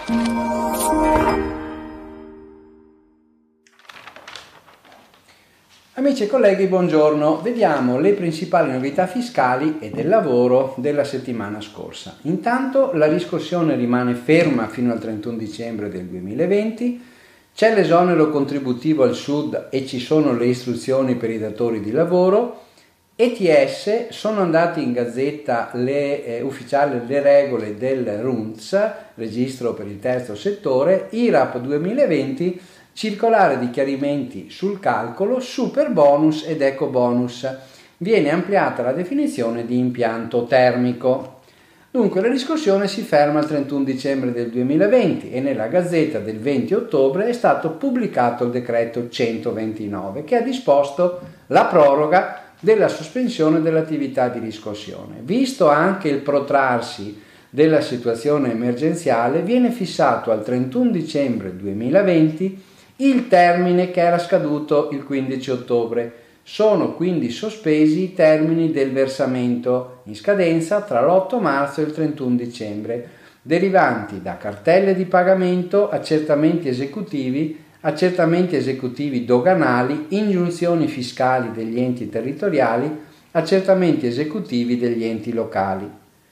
Amici e colleghi, buongiorno. Vediamo le principali novità fiscali e del lavoro della settimana scorsa. Intanto la riscossione rimane ferma fino al 31 dicembre del 2020, c'è l'esonero contributivo al Sud e ci sono le istruzioni per i datori di lavoro. ETS, sono andate in gazzetta ufficiali le regole del RUNTS, registro per il terzo settore, IRAP 2020, circolare di chiarimenti sul calcolo, super bonus ed eco bonus. Viene ampliata la definizione di impianto termico. Dunque la riscossione si ferma il 31 dicembre del 2020 e nella gazzetta del 20 ottobre è stato pubblicato il decreto 129 che ha disposto la proroga della sospensione dell'attività di riscossione. Visto anche il protrarsi della situazione emergenziale, viene fissato al 31 dicembre 2020 il termine che era scaduto il 15 ottobre. Sono quindi sospesi i termini del versamento in scadenza tra l'8 marzo e il 31 dicembre, derivanti da cartelle di pagamento, accertamenti esecutivi doganali, ingiunzioni fiscali degli enti territoriali, accertamenti esecutivi degli enti locali.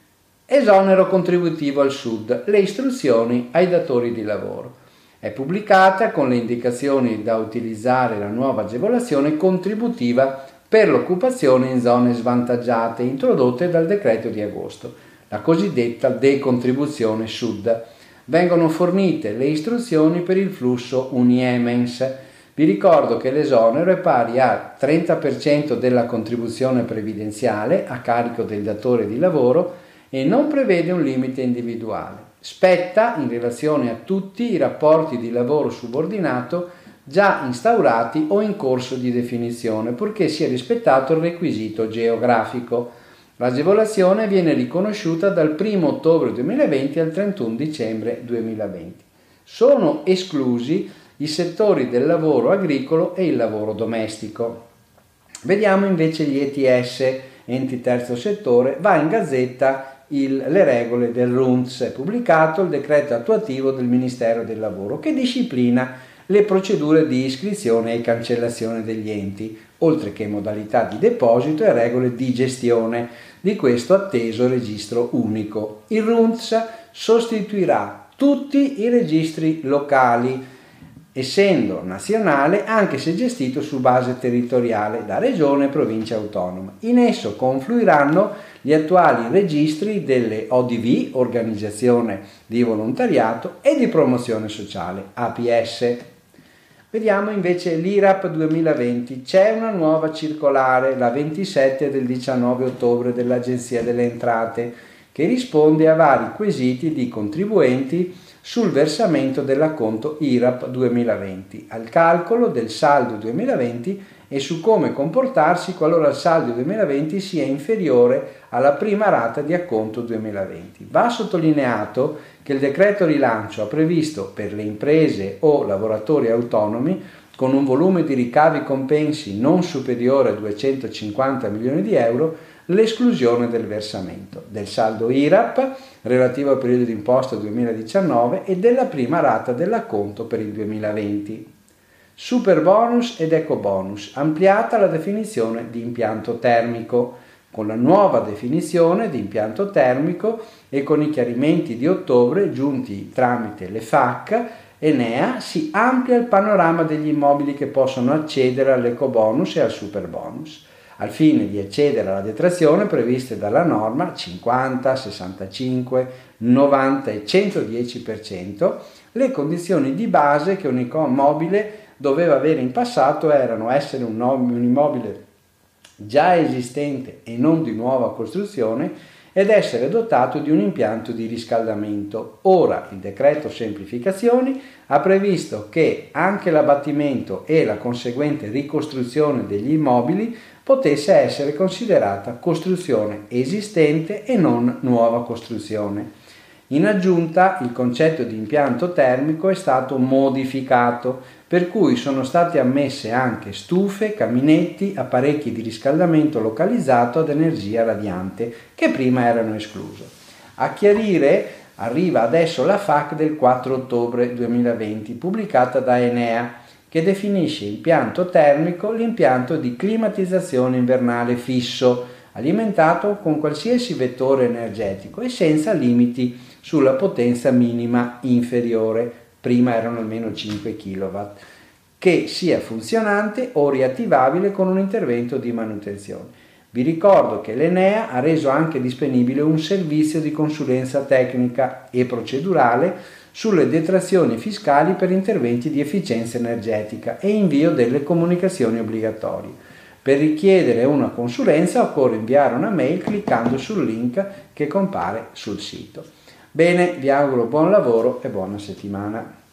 Esonero contributivo al Sud, le istruzioni ai datori di lavoro. È pubblicata con le indicazioni da utilizzare la nuova agevolazione contributiva per l'occupazione in zone svantaggiate introdotte dal decreto di agosto, la cosiddetta decontribuzione Sud. Vengono fornite le istruzioni per il flusso Uniemens. Vi ricordo che l'esonero è pari al 30% della contribuzione previdenziale a carico del datore di lavoro e non prevede un limite individuale. Spetta in relazione a tutti i rapporti di lavoro subordinato già instaurati o in corso di definizione, purché sia rispettato il requisito geografico. L'agevolazione viene riconosciuta dal 1 ottobre 2020 al 31 dicembre 2020. Sono esclusi i settori del lavoro agricolo e il lavoro domestico. Vediamo invece gli ETS, enti terzo settore, va in gazzetta le regole del RUNTS, è pubblicato il decreto attuativo del Ministero del Lavoro che disciplina le procedure di iscrizione e cancellazione degli enti, oltre che modalità di deposito e regole di gestione di questo atteso registro unico. Il RUNTS sostituirà tutti i registri locali, essendo nazionale anche se gestito su base territoriale da regione e provincia autonoma. In esso confluiranno gli attuali registri delle ODV, Organizzazione di Volontariato, e di Promozione Sociale, APS. Vediamo invece l'IRAP 2020. C'è una nuova circolare, la 27 del 19 ottobre dell'Agenzia delle Entrate, che risponde a vari quesiti di contribuenti sul versamento dell'acconto IRAP 2020, al calcolo del saldo 2020 e su come comportarsi qualora il saldo 2020 sia inferiore alla prima rata di acconto 2020. Va sottolineato che il decreto rilancio ha previsto per le imprese o lavoratori autonomi con un volume di ricavi compensi non superiore a 250 milioni di euro l'esclusione del versamento, del saldo IRAP relativo al periodo di imposta 2019 e della prima rata dell'acconto per il 2020. Super bonus ed eco bonus, ampliata la definizione di impianto termico. Con la nuova definizione di impianto termico e con i chiarimenti di ottobre giunti tramite le FAC Enea si amplia il panorama degli immobili che possono accedere all'eco bonus e al super bonus. Al fine di accedere alla detrazione previste dalla norma 50, 65, 90 e 110%, le condizioni di base che un immobile doveva avere in passato erano essere un immobile già esistente e non di nuova costruzione ed essere dotato di un impianto di riscaldamento. Ora il decreto semplificazioni ha previsto che anche l'abbattimento e la conseguente ricostruzione degli immobili potesse essere considerata costruzione esistente e non nuova costruzione. In aggiunta, il concetto di impianto termico è stato modificato, per cui sono state ammesse anche stufe, caminetti, apparecchi di riscaldamento localizzato ad energia radiante, che prima erano esclusi. A chiarire Arriva adesso la FAQ del 4 ottobre 2020, pubblicata da Enea, che definisce impianto termico l'impianto di climatizzazione invernale fisso, alimentato con qualsiasi vettore energetico e senza limiti sulla potenza minima inferiore, prima erano almeno 5 kW, che sia funzionante o riattivabile con un intervento di manutenzione. Vi ricordo che l'Enea ha reso anche disponibile un servizio di consulenza tecnica e procedurale sulle detrazioni fiscali per interventi di efficienza energetica e invio delle comunicazioni obbligatorie. Per richiedere una consulenza occorre inviare una mail cliccando sul link che compare sul sito. Bene, vi auguro buon lavoro e buona settimana.